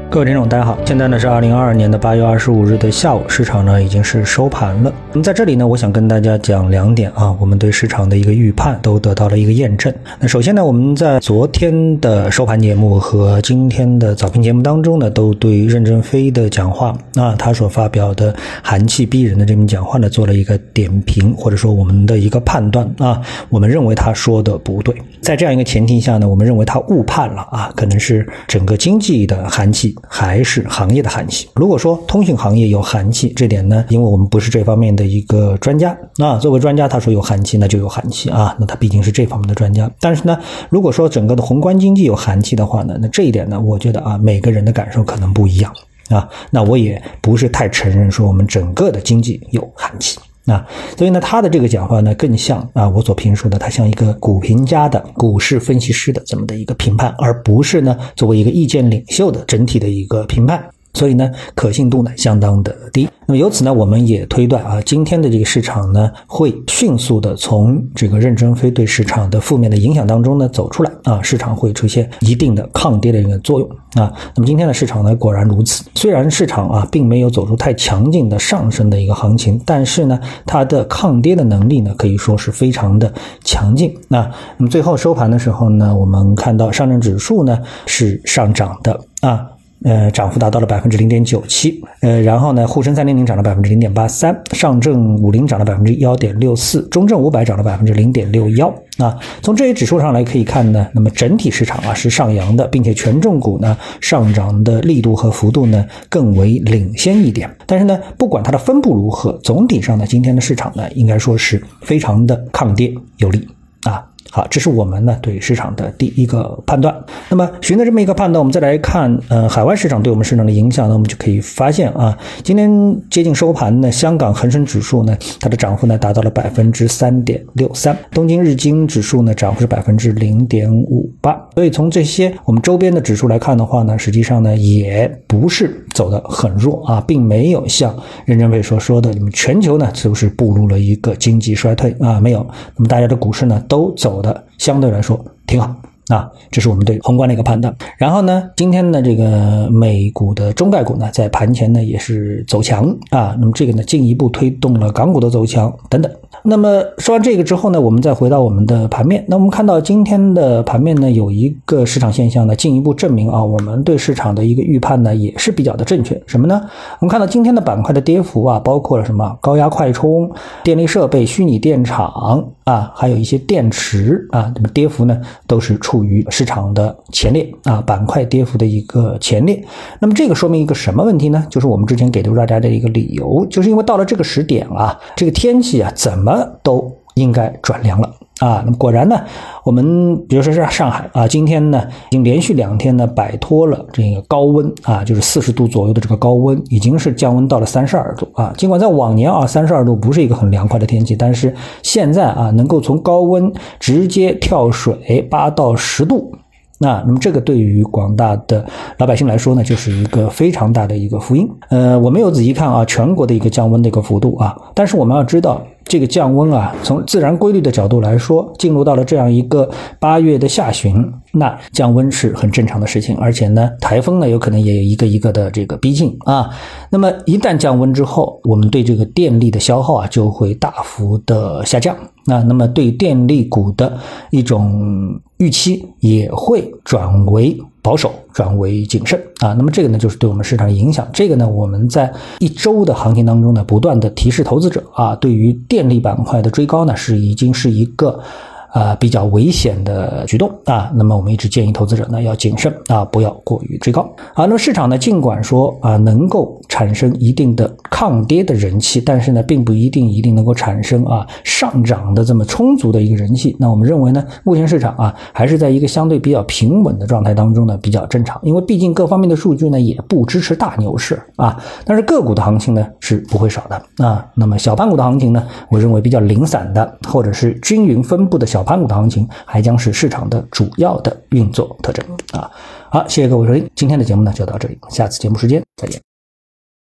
各位听众大家好，现在呢是2022年的8月25日的下午，市场呢已经是收盘了。那么在这里呢，我想跟大家讲两点啊，我们对市场的一个预判都得到了一个验证。那首先呢，我们在昨天的收盘节目和今天的早评节目当中呢，都对任正非的讲话他所发表的寒气逼人的这名讲话呢做了一个点评，或者说我们的一个判断我们认为他说的不对。在这样一个前提下呢，我们认为他误判了可能是整个经济的寒气还是行业的寒气。如果说通信行业有寒气，这点呢，因为我们不是这方面的一个专家作为专家他说有寒气那就有寒气那他毕竟是这方面的专家。但是呢，如果说整个的宏观经济有寒气的话呢，那这一点呢，我觉得每个人的感受可能不一样那我也不是太承认说我们整个的经济有寒气所以呢，他的这个讲话呢，更像我所评述的，他像一个股评家的股市分析师的这么的一个评判，而不是呢作为一个意见领袖的整体的一个评判。所以呢，可信度呢相当的低。那么由此呢，我们也推断今天的这个市场呢，会迅速的从这个任正非对市场的负面的影响当中呢走出来市场会出现一定的抗跌的一个作用那么今天的市场呢，果然如此。虽然市场并没有走出太强劲的上升的一个行情，但是呢，它的抗跌的能力呢，可以说是非常的强劲那么最后收盘的时候呢，我们看到上证指数呢是上涨的涨幅达到了 0.97%， 然后呢，沪深300涨了 0.83%， 上证50涨了 1.64%， 中证500涨了 0.61%。从这些指数上来可以看呢，那么整体市场是上扬的，并且权重股呢上涨的力度和幅度呢更为领先一点。但是呢，不管它的分布如何，总体上呢，今天的市场呢应该说是非常的抗跌有力好，这是我们呢对市场的第一个判断。那么循着这么一个判断，我们再来看海外市场对我们市场的影响呢，我们就可以发现今天接近收盘呢，香港恒生指数呢它的涨幅呢达到了 3.63%， 东京日经指数呢涨幅是 0.58%。所以从这些我们周边的指数来看的话呢，实际上呢也不是走得很弱并没有像任正非所说的你们全球呢是不是步入了一个经济衰退没有。那么大家的股市呢都走的相对来说挺好这是我们对宏观的一个判断。然后呢，今天呢这个美股的中概股呢在盘前呢也是走强那么这个呢进一步推动了港股的走强等等。那么说完这个之后呢，我们再回到我们的盘面。那我们看到今天的盘面呢有一个市场现象呢进一步证明我们对市场的一个预判呢也是比较的正确。什么呢？我们看到今天的板块的跌幅包括了什么？高压快充、电力设备、虚拟电厂还有一些电池那么跌幅呢都是处于市场的前列板块跌幅的一个前列。那么这个说明一个什么问题呢？就是我们之前给大家的一个理由，就是因为到了这个时点这个天气怎么都应该转凉了那么果然呢，我们比如说是上海今天呢已经连续2天呢摆脱了这个高温就是40度左右的这个高温，已经是降温到了32度尽管在往年32度不是一个很凉快的天气，但是现在能够从高温直接跳水8到10度那么这个对于广大的老百姓来说呢，就是一个非常大的一个福音。我没有仔细看全国的一个降温的一个幅度但是我们要知道这个降温从自然规律的角度来说，进入到了这样一个8月的下旬，那降温是很正常的事情，而且呢，台风呢有可能也有一个一个的这个逼近那么一旦降温之后，我们对这个电力的消耗就会大幅的下降那么对电力股的一种预期也会转为保守，转为谨慎那么这个呢就是对我们市场的影响。这个呢我们在一周的行情当中呢不断的提示投资者对于电力板块的追高呢已经是一个比较危险的举动那么我们一直建议投资者呢要谨慎不要过于追高那么市场呢尽管说能够产生一定的抗跌的人气，但是呢并不一定能够产生上涨的这么充足的一个人气。那我们认为呢，目前市场还是在一个相对比较平稳的状态当中呢比较正常，因为毕竟各方面的数据呢也不支持大牛市但是个股的行情呢是不会少的那么小盘股的行情呢，我认为比较零散的或者是均匀分布的小盘股的行情还将是市场的主要的运作特征好，谢谢各位收听，今天的节目呢就到这里，下次节目时间再见。